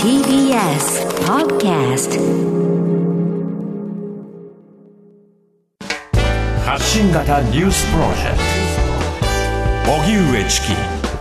TBS Podcast 発信型ニュースプロジェクト荻上チキ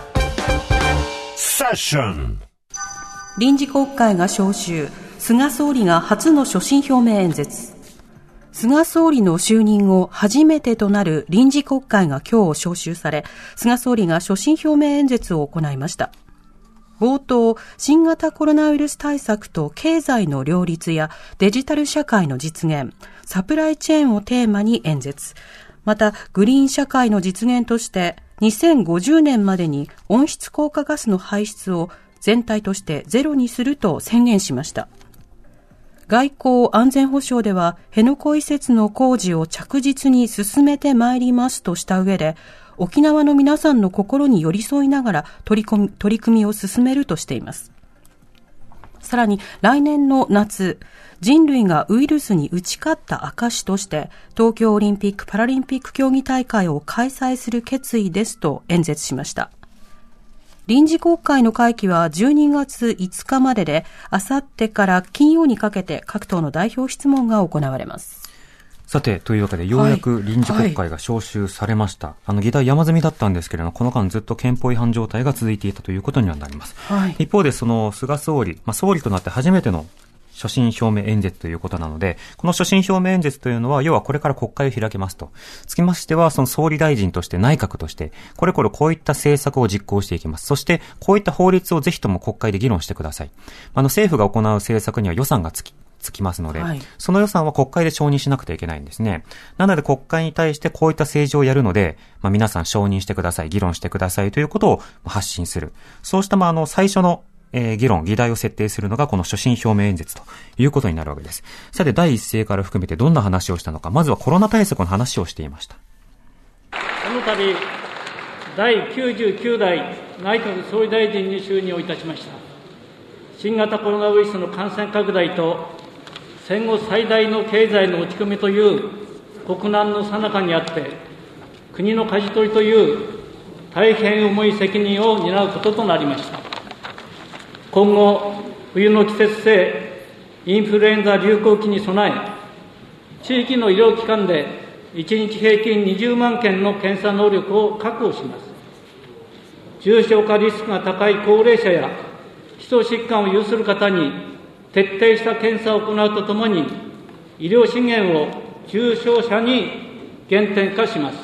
セッション。 臨時国会が召集、菅総理が初の所信表明演説。菅総理の就任後初めてとなる臨時国会が今日召集され、菅総理が所信表明演説を行いました。冒頭、新型コロナウイルス対策と経済の両立やデジタル社会の実現、サプライチェーンをテーマに演説。また、グリーン社会の実現として2050年までに温室効果ガスの排出を全体としてゼロにすると宣言しました。外交安全保障では辺野古移設の工事を着実に進めてまいりますとした上で、沖縄の皆さんの心に寄り添いながら取り組みを進めるとしています。さらに来年の夏、人類がウイルスに打ち勝った証として東京オリンピック・パラリンピック競技大会を開催する決意ですと演説しました。臨時国会の会期は12月5日までで、あさってから金曜にかけて各党の代表質問が行われます。 さて、というわけでようやく臨時国会が召集されました。議題山積みだったんですけれども、この間ずっと憲法違反状態が続いていたということにはなります。一方でその菅総理、総理となって初めての所信表明演説ということなので、この所信表明演説というのは、要はこれから国会を開けますと。つきましては、その総理大臣として内閣として、これこういった政策を実行していきます。そして、こういった法律をぜひとも国会で議論してください。政府が行う政策には予算がつきますので、その予算は国会で承認しなくてはいけないんですね。なので国会に対してこういった政治をやるので、皆さん承認してください、議論してくださいということを発信する。そうした最初の議題を設定するのがこの所信表明演説ということになるわけです。さて、第一声から含めてどんな話をしたのか、まずはコロナ対策の話をしていました。 この度、第99代内閣総理大臣に就任をいたしました。新型コロナウイルスの感染拡大と戦後最大の経済の落ち込みという国難の最中にあって、国の舵取りという大変重い責任を担うこととなりました。今後、冬の季節性インフルエンザ流行期に備え、地域の医療機関で1日平均20万件の検査能力を確保します。重症化リスクが高い高齢者や基礎疾患を有する方に徹底した検査を行うとともに、医療資源を重症者に限定化します。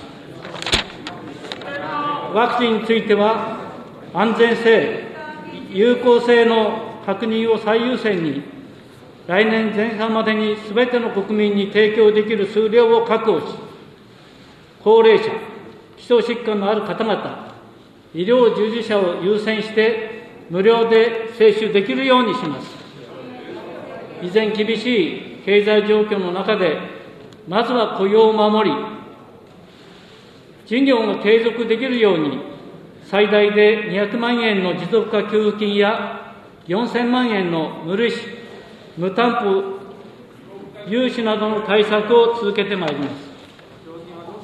ワクチンについては、安全性、有効性の確認を最優先に、来年前半までにすべての国民に提供できる数量を確保し、高齢者、基礎疾患のある方々、医療従事者を優先して無料で接種できるようにします。依然厳しい経済状況の中で、まずは雇用を守り、事業が継続できるように、最大で200万円の持続化給付金や4000万円の無利子・無担保融資などの対策を続けてまいります。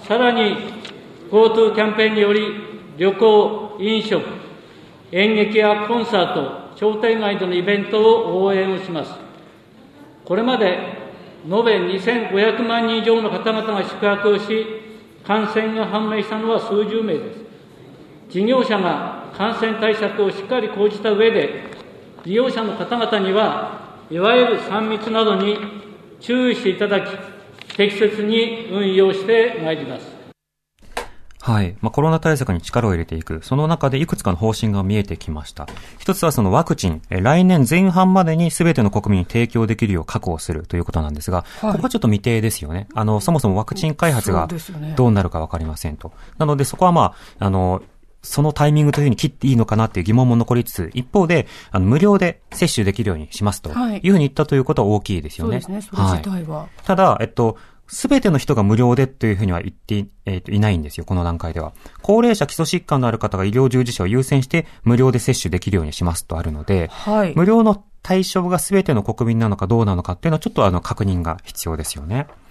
さらに GoTo キャンペーンにより、旅行・飲食、演劇やコンサート、商店街でのイベントを応援をします。これまで延べ2500万人以上の方々が宿泊をし、感染が判明したのは数十名です。事業者が感染対策をしっかり講じた上で、利用者の方々にはいわゆる3密などに注意していただき、適切に運用してまいります。 コロナ対策に力を入れていく。その中でいくつかの方針が見えてきました。一つはそのワクチン、来年前半までに全ての国民に提供できるよう確保するということなんですが、ここはちょっと未定ですよね。そもそもワクチン開発がどうなるかわかりませんと。なのでそこはそのタイミングというふうに切っていいのかなっていう疑問も残りつつ、一方で、無料で接種できるようにしますというふうに言ったということは大きいですよね。 そうですね、それ自体は。 ただ、すべての人が無料でというふうには言っていないんですよ、この段階では。高齢者、基礎疾患のある方が医療従事者を優先して無料で接種できるようにしますとあるので、無料の対象がすべての国民なのかどうなのかっていうのはちょっと確認が必要ですよね。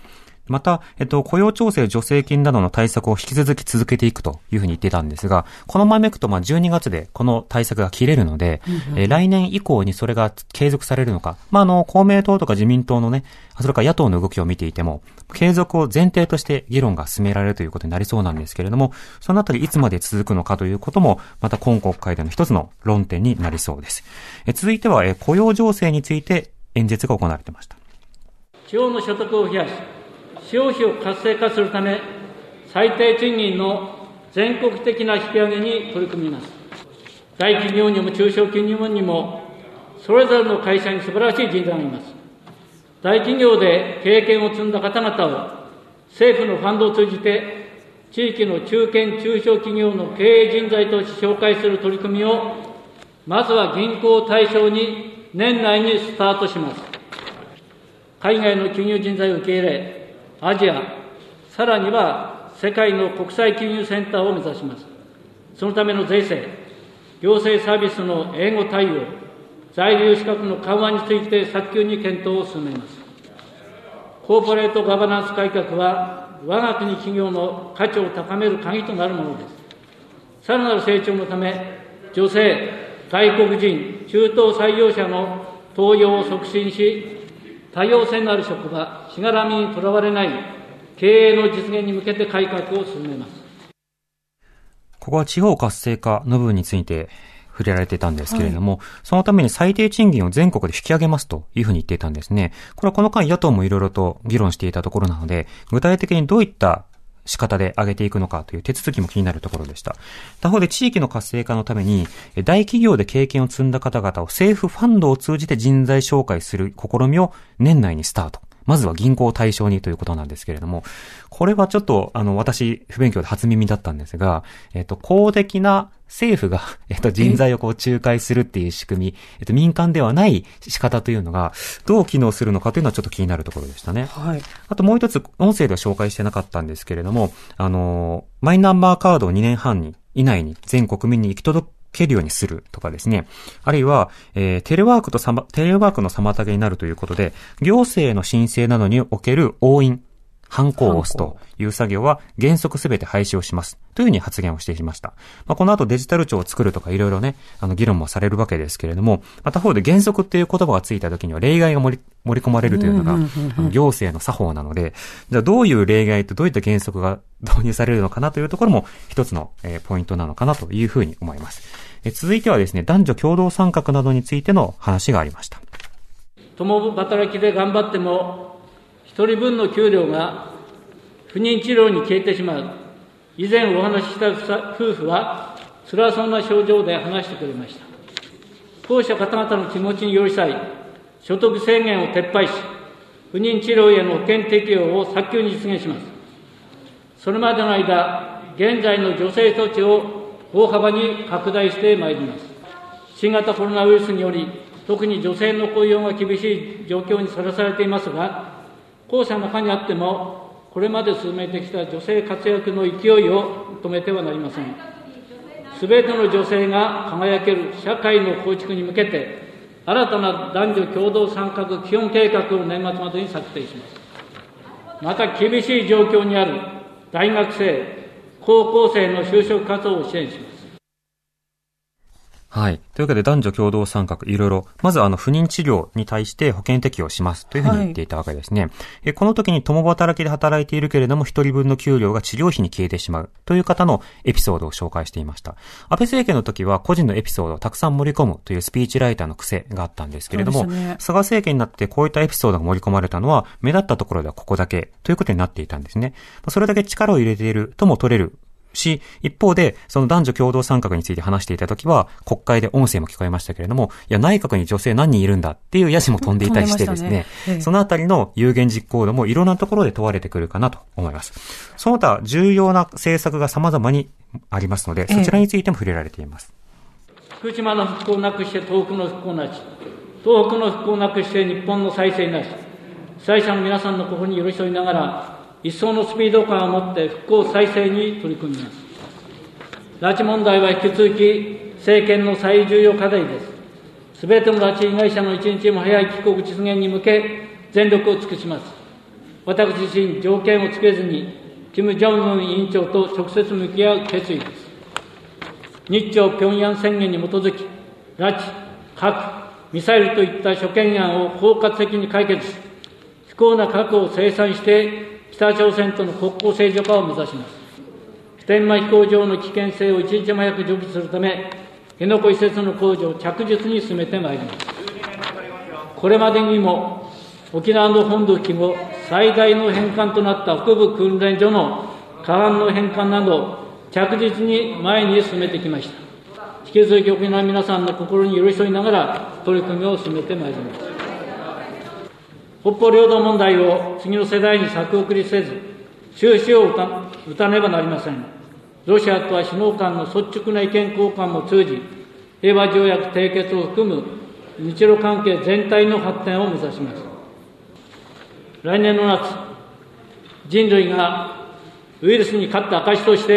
また、雇用調整助成金などの対策を引き続き続けていくというふうに言ってたんですが、このままめくと、12月でこの対策が切れるので、来年以降にそれが継続されるのか、公明党とか自民党のね、それから野党の動きを見ていても、継続を前提として議論が進められるということになりそうなんですけれども、そのあたりいつまで続くのかということも、また今国会での一つの論点になりそうです。続いては、雇用情勢について演説が行われていました。 地方の所得を増やし、消費を活性化するため、最低賃金の全国的な引き上げに取り組みます。大企業にも中小企業にも、それぞれの会社に素晴らしい人材がいます。大企業で経験を積んだ方々を政府のファンドを通じて、地域の中堅・中小企業の経営人材として紹介する取り組みを、まずは銀行を対象に年内にスタートします。海外の金融人材を受け入れ、アジア、さらには世界の国際金融センターを目指します。そのための税制、行政サービスの英語対応、在留資格の緩和について早急に検討を進めます。コーポレートガバナンス改革は、我が国企業の価値を高める鍵となるものです。さらなる成長のため、女性、外国人、中東採用者の登用を促進し、多様性のある職場、しがらみにとらわれない経営の実現に向けて改革を進めます。 ここは地方活性化の部分について触れられていたんですけれども、そのために最低賃金を全国で引き上げますというふうに言っていたんですね。これはこの間野党もいろいろと議論していたところなので、具体的にどういった仕方で上げていくのかという手続きも気になるところでした。他方で地域の活性化のために、大企業で経験を積んだ方々を政府ファンドを通じて人材紹介する試みを年内にスタート。まずは銀行を対象にということなんですけれども、これはちょっと私不勉強で初耳だったんですが、公的な政府が人材を仲介するっていう仕組み、民間ではない仕方というのがどう機能するのかというのはちょっと気になるところでしたね。はい。あともう一つ音声では紹介してなかったんですけれども、マイナンバーカードを2年半以内に全国民に行き届けるようにするとかですね。あるいは、テレワークの妨げになるということで、行政の申請などにおける押印、ハンコを押すという作業は原則すべて廃止をしますというふうに発言をしていました。この後デジタル庁を作るとかいろいろね、議論もされるわけですけれども、他方で原則っていう言葉がついた時には例外が盛り込まれるというのが、行政の作法なので、じゃあどういう例外とどういった原則が導入されるのかなというところも一つのポイントなのかなというふうに思います。続いてはですね、男女共同参画などについての話がありました。 共働きで頑張っても、一人分の給料が不妊治療に消えてしまう。以前お話しした夫婦は、辛そうな症状で話してくれました。こうした方々の気持ちに寄り添い、所得制限を撤廃し、不妊治療への保険適用を早急に実現します。それまでの間、現在の助成措置を大幅に拡大してまいります。新型コロナウイルスにより、特に女性の雇用が厳しい状況にさらされていますが、後者の中にあっても、これまで進めてきた女性活躍の勢いを止めてはなりません。すべての女性が輝ける社会の構築に向けて、新たな男女共同参画基本計画を年末までに策定します。また厳しい状況にある大学生、高校生の就職活動を支援します。 はい。というわけで男女共同参画いろいろ、まず不妊治療に対して保険適用しますというふうに言っていたわけですね。はい、この時に共働きで働いているけれども一人分の給料が治療費に消えてしまうという方のエピソードを紹介していました。安倍政権の時は個人のエピソードをたくさん盛り込むというスピーチライターの癖があったんですけれども、菅政権になってこういったエピソードが盛り込まれたのは目立ったところではここだけということになっていたんですね。それだけ力を入れているとも取れるし、一方で、その男女共同参画について話していたときは、国会で音声も聞こえましたけれども、いや、内閣に女性何人いるんだっていう野心も飛んでいたりしてですね、そのあたりの有言実行度もいろんなところで問われてくるかなと思います。その他、重要な政策が様々にありますので、そちらについても触れられています。 福島の復興なくして東北の復興なし、東北の復興なくして日本の再生なし、被災者の皆さんの心に寄り添いながら、一層のスピード感を持って復興再生に取り組みます。拉致問題は引き続き政権の最重要課題です。すべての拉致被害者の一日も早い帰国実現に向け全力を尽くします。 私自身条件をつけずに、金正恩委員長と直接向き合う決意です。日朝平壌宣言に基づき、拉致、核、ミサイルといった諸懸案を包括的に解決し、不幸な核を清算して、北朝鮮との国交正常化を目指します。普天間飛行場の危険性を一日も早く除去するため、辺野古移設の工事を着実に進めてまいります。これまでにも、沖縄の本土復帰後、最大の返還となった北部訓練所の河岸の返還など、着実に前に進めてきました。引き続き沖縄の皆さんの心に寄り添いながら取り組みを進めてまいります。北方領土問題を次の世代に先送りせず、終止を打たねばなりません。ロシアとは首脳間の率直な意見交換も通じ、平和条約締結を含む日露関係全体の発展を目指します。来年の夏、人類がウイルスに勝った証として、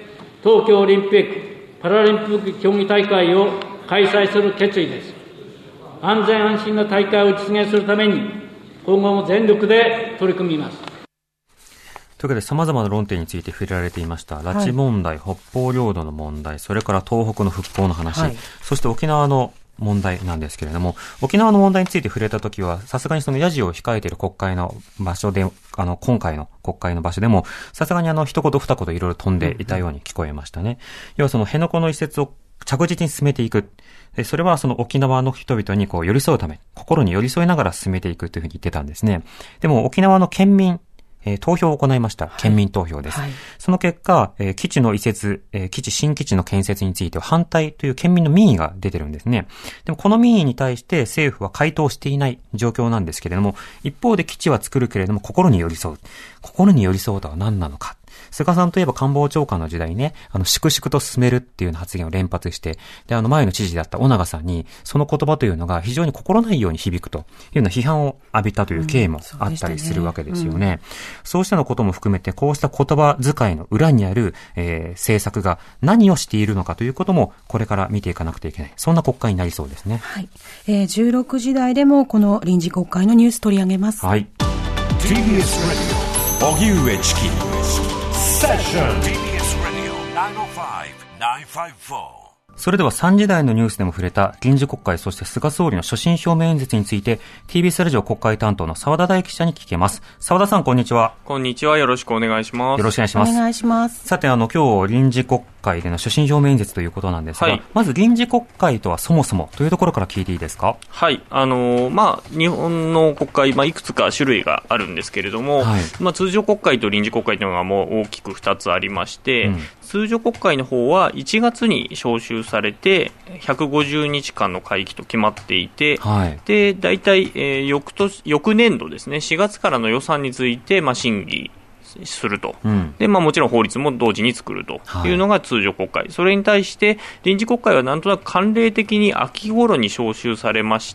東京オリンピック・パラリンピック競技大会を開催する決意です。安全安心な大会を実現するために、今後も全力で取り組みます。 というわけで様々な論点について触れられていました。拉致問題、北方領土の問題、それから東北の復興の話、そして沖縄の問題なんですけれども、沖縄の問題について触れたときは、さすがにそのヤジを控えている国会の場所で、今回の国会の場所でも、さすがに一言二言いろいろ飛んでいたように聞こえましたね。要はその辺野古の移設を着実に進めていく。で、それはその沖縄の人々に寄り添うため、心に寄り添いながら進めていくというふうに言ってたんですね。でも沖縄の県民、投票を行いました。県民投票です。その結果、基地の移設、新基地の建設については反対という県民の民意が出てるんですね。でもこの民意に対して政府は回答していない状況なんですけれども、一方で基地は作るけれども心に寄り添う。心に寄り添うとは何なのか。菅さんといえば官房長官の時代にね、粛々と進めるっていうような発言を連発して、で、前の知事だった尾長さんに、その言葉というのが非常に心ないように響くというような批判を浴びたという経緯もあったりするわけですよね。そうしたのことも含めて、こうした言葉遣いの裏にある、政策が何をしているのかということも、これから見ていかなくてはいけない。そんな国会になりそうですね。 はい。16時台でもこの臨時国会のニュース取り上げます。 はい。 TBS Radio 荻上チキセッション TBS Radio 905-954。 それでは3時台のニュースでも触れた臨時国会、そして菅総理の所信表明演説について TBS ラジオ国会担当の澤田大記者に聞けます。澤田さん、こんにちは。 こんにちは。よろしくお願いします。 よろしくお願いします。 お願いします。 さて、今日臨時国会での所信表明演説ということなんですが、まず臨時国会とはそもそもというところから聞いていいですか？ はい。日本の国会、いくつか種類があるんですけれども、通常国会と臨時国会というのがもう大きく2つありまして、通常国会の方は1月に召集されて150日間の会期と決まっていて、で大体、翌年度ですね、4月からの予算について、審議すると、でもちろん法律も同時に作るというのが通常国会、それに対して臨時国会はなんとなく慣例的に秋頃に召集されまして、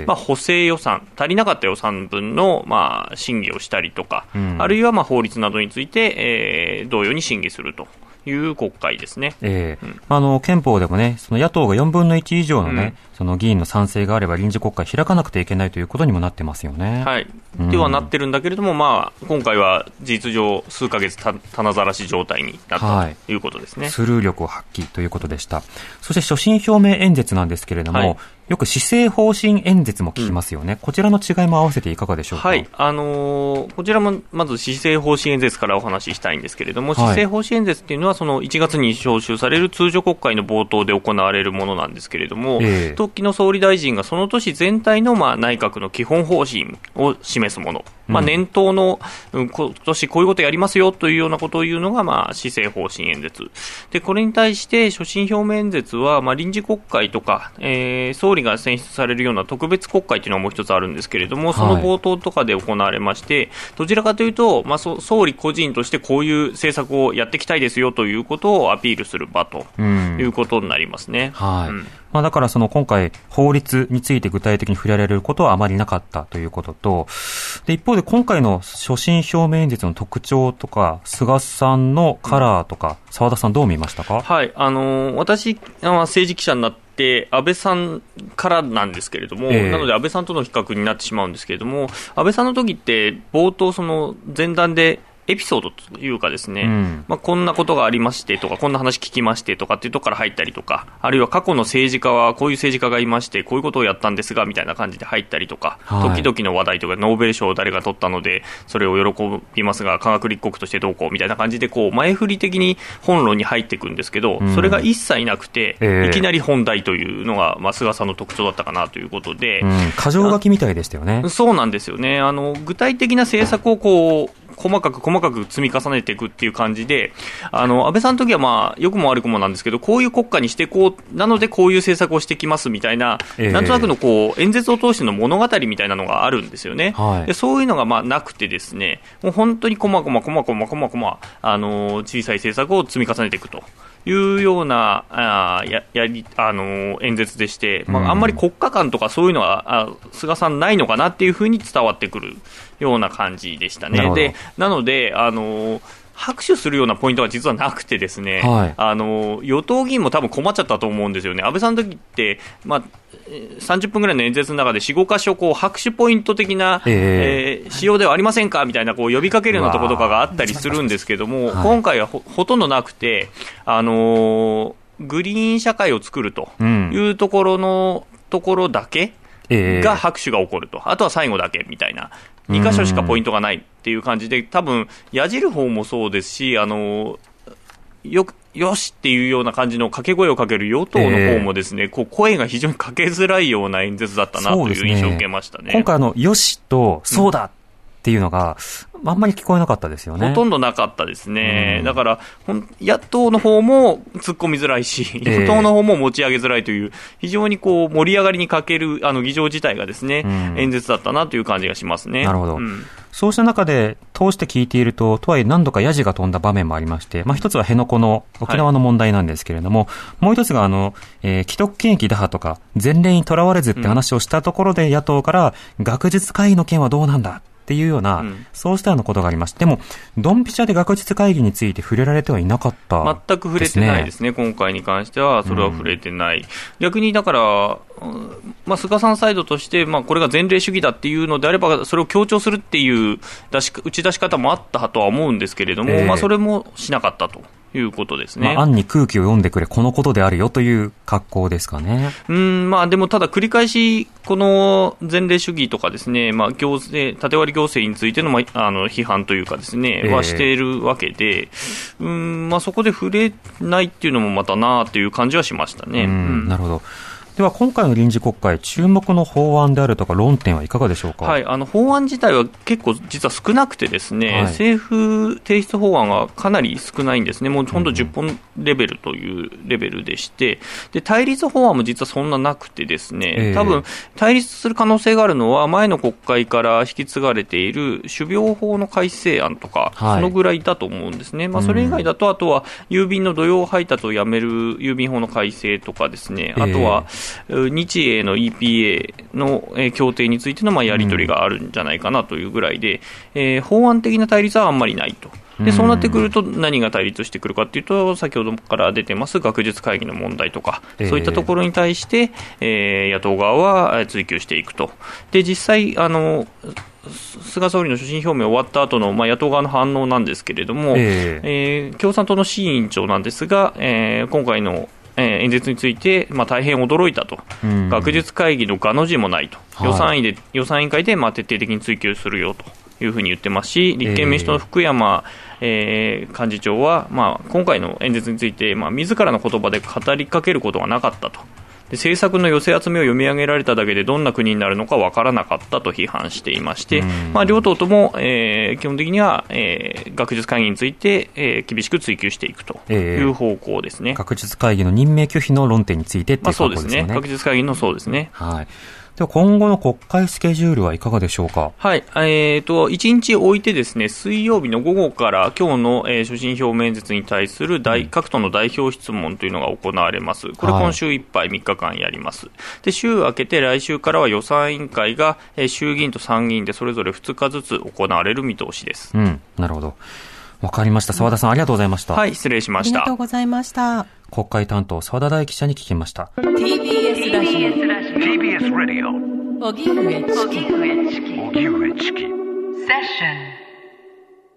補正予算、足りなかった予算分の、審議をしたりとか、あるいは法律などについて、同様に審議するという国会ですね。 憲法でもね、その野党が4分の1以上のね、その議員の賛成があれば臨時国会開かなくてはいけないということにもなってますよね。 はい。ではなってるんだけれども、今回は事実上数ヶ月棚ざらし状態になったということですね。 スルー力を発揮ということでした。そして所信表明演説なんですけれども、よく施政方針演説も聞きますよね。こちらの違いも合わせていかがでしょうか？ はい。こちらもまず施政方針演説からお話ししたいんですけれども、施政方針演説っていうのはその1月に召集される通常国会の冒頭で行われるものなんですけれども、時の総理大臣がその年全体の内閣の基本方針を示すもの、年頭の、今年こういうことやりますよというようなことを言うのが施政方針演説で、これに対して所信表明演説は臨時国会とか、総理が選出されるような特別国会というのがもう一つあるんですけれども、その冒頭とかで行われまして、どちらかというと、総理個人としてこういう政策をやっていきたいですよということをアピールする場ということになりますね。 だから今回法律について具体的に触れられることはあまりなかったということと、で一方で今回の所信表明演説の特徴とか菅さんのカラーとか、澤田さんどう見ましたか？ はい、私は政治記者になってって安倍さんからなんですけれども、なので安倍さんとの比較になってしまうんですけれども、安倍さんの時って冒頭その前段でエピソードというかですね、こんなことがありましてとか、こんな話聞きましてとかっていうところから入ったりとか、あるいは過去の政治家はこういう政治家がいましてこういうことをやったんですがみたいな感じで入ったりとか、時々の話題とか、ノーベル賞を誰が取ったのでそれを喜びますが科学立国としてどうこうみたいな感じでこう前振り的に本論に入っていくんですけど、それが一切なくて、いきなり本題というのが、菅さんの特徴だったかなということで、 箇条書きみたいでしたよね。 そうなんですよね。具体的な政策をこう細かく積み重ねていくっていう感じで、安倍さんの時は良くも悪くもなんですけど、こういう国家にしてこうなのでこういう政策をしてきますみたいな、なんとなくのこう演説を通しての物語みたいなのがあるんですよね。でそういうのがなくてですね、もう本当に細々小さい政策を積み重ねていくというような演説でして、あんまり国家観とかそういうのは菅さんないのかなっていうふうに伝わってくるような感じでしたね。なので拍手するようなポイントは実はなくてですね、与党議員も多分困っちゃったと思うんですよね。安倍さんの時って、30分ぐらいの演説の中で 4,5 箇所こう拍手ポイント的な、仕様ではありませんかみたいなこう呼びかけるようなところとかがあったりするんですけども、今回は ほとんどなくて、グリーン社会を作るというところだけが拍手が起こると、あとは最後だけみたいな2箇所しかポイントがないっていう感じで、多分矢印方もそうですし、よしっていうような感じの掛け声をかける与党の方もですね、こう声が非常にかけづらいような演説だったなという印象を受けましたね。 今回よしとそうだっていうのが、あんまり聞こえなかったですよね。 ほとんどなかったですね。だから野党の方も突っ込みづらいし、与党の方も持ち上げづらいという、非常にこう盛り上がりに欠ける議場自体がですね、演説だったなという感じがしますね。 なるほど。そうした中で通して聞いていると、とはいえ何度かヤジが飛んだ場面もありまして、一つは辺野古の沖縄の問題なんですけれども、もう一つが既得権益打破とか前例にとらわれずって話をしたところで、野党から学術会議の件はどうなんだっていうような、そうしたようなことがありまして、でもドンピシャで学術会議について触れられてはいなかったですね。 全く触れてないですね。今回に関してはそれは触れてない。逆にだから菅さんサイドとして、これが前例主義だっていうのであれば、それを強調するっていう打ち出し方もあったとは思うんですけれども、それもしなかったということですね。 暗に空気を読んでくれ、このことであるよという格好ですかね。 でもただ繰り返しこの前例主義とかですね、行政縦割り行政についての、批判というかですね、はしているわけで、そこで触れないっていうのもまたなという感じはしましたね。 なるほど。では今回の臨時国会、注目の法案であるとか論点はいかがでしょうか。 法案自体は結構実は少なくてですね、政府提出法案がかなり少ないんですね。もうほんと10本レベルというレベルでして、で対立法案も実はそんななくてですね、多分対立する可能性があるのは前の国会から引き継がれている種苗法の改正案とか、そのぐらいだと思うんですね。それ以外だと、あとは郵便の土曜配達をやめる郵便法の改正とかですね、あとは日英の EPA の協定についてのやり取りがあるんじゃないかなというぐらいで、法案的な対立はあんまりないと。でそうなってくると何が対立してくるかというと、先ほどから出てます学術会議の問題とか、そういったところに対して、野党側は追及していくと。で実際菅総理の所信表明終わった後の野党側の反応なんですけれども、共産党の志位委員長なんですが、今回の演説について、大変驚いたと、学術会議のがの字もないと、予算委員会で徹底的に追及するよというふうに言ってますし、立憲民主党の福山、幹事長は、今回の演説について、自らの言葉で語りかけることがなかったと。で政策の寄せ集めを読み上げられただけでどんな国になるのか分からなかったと批判していまして、両党とも、基本的には、学術会議について、厳しく追及していくという方向ですね。 学術会議の任命拒否の論点についてっていうことですね。 そうですね。学術会議のそうですね。 では今後の国会スケジュールはいかがでしょうか。 1日置いてですね、水曜日の午後から今日の、所信表明演説に対する各党の代表質問というのが行われます。これ今週いっぱい3日間やります。で週明けて来週からは予算委員会が、衆議院と参議院でそれぞれ2日ずつ行われる見通しです。 なるほど。わかりました。澤田さん、ありがとうございました。 失礼しました。 ありがとうございました。 国会担当澤田大記者に聞きました。 TBS ラジオ TBS ラジオ荻上チキセッション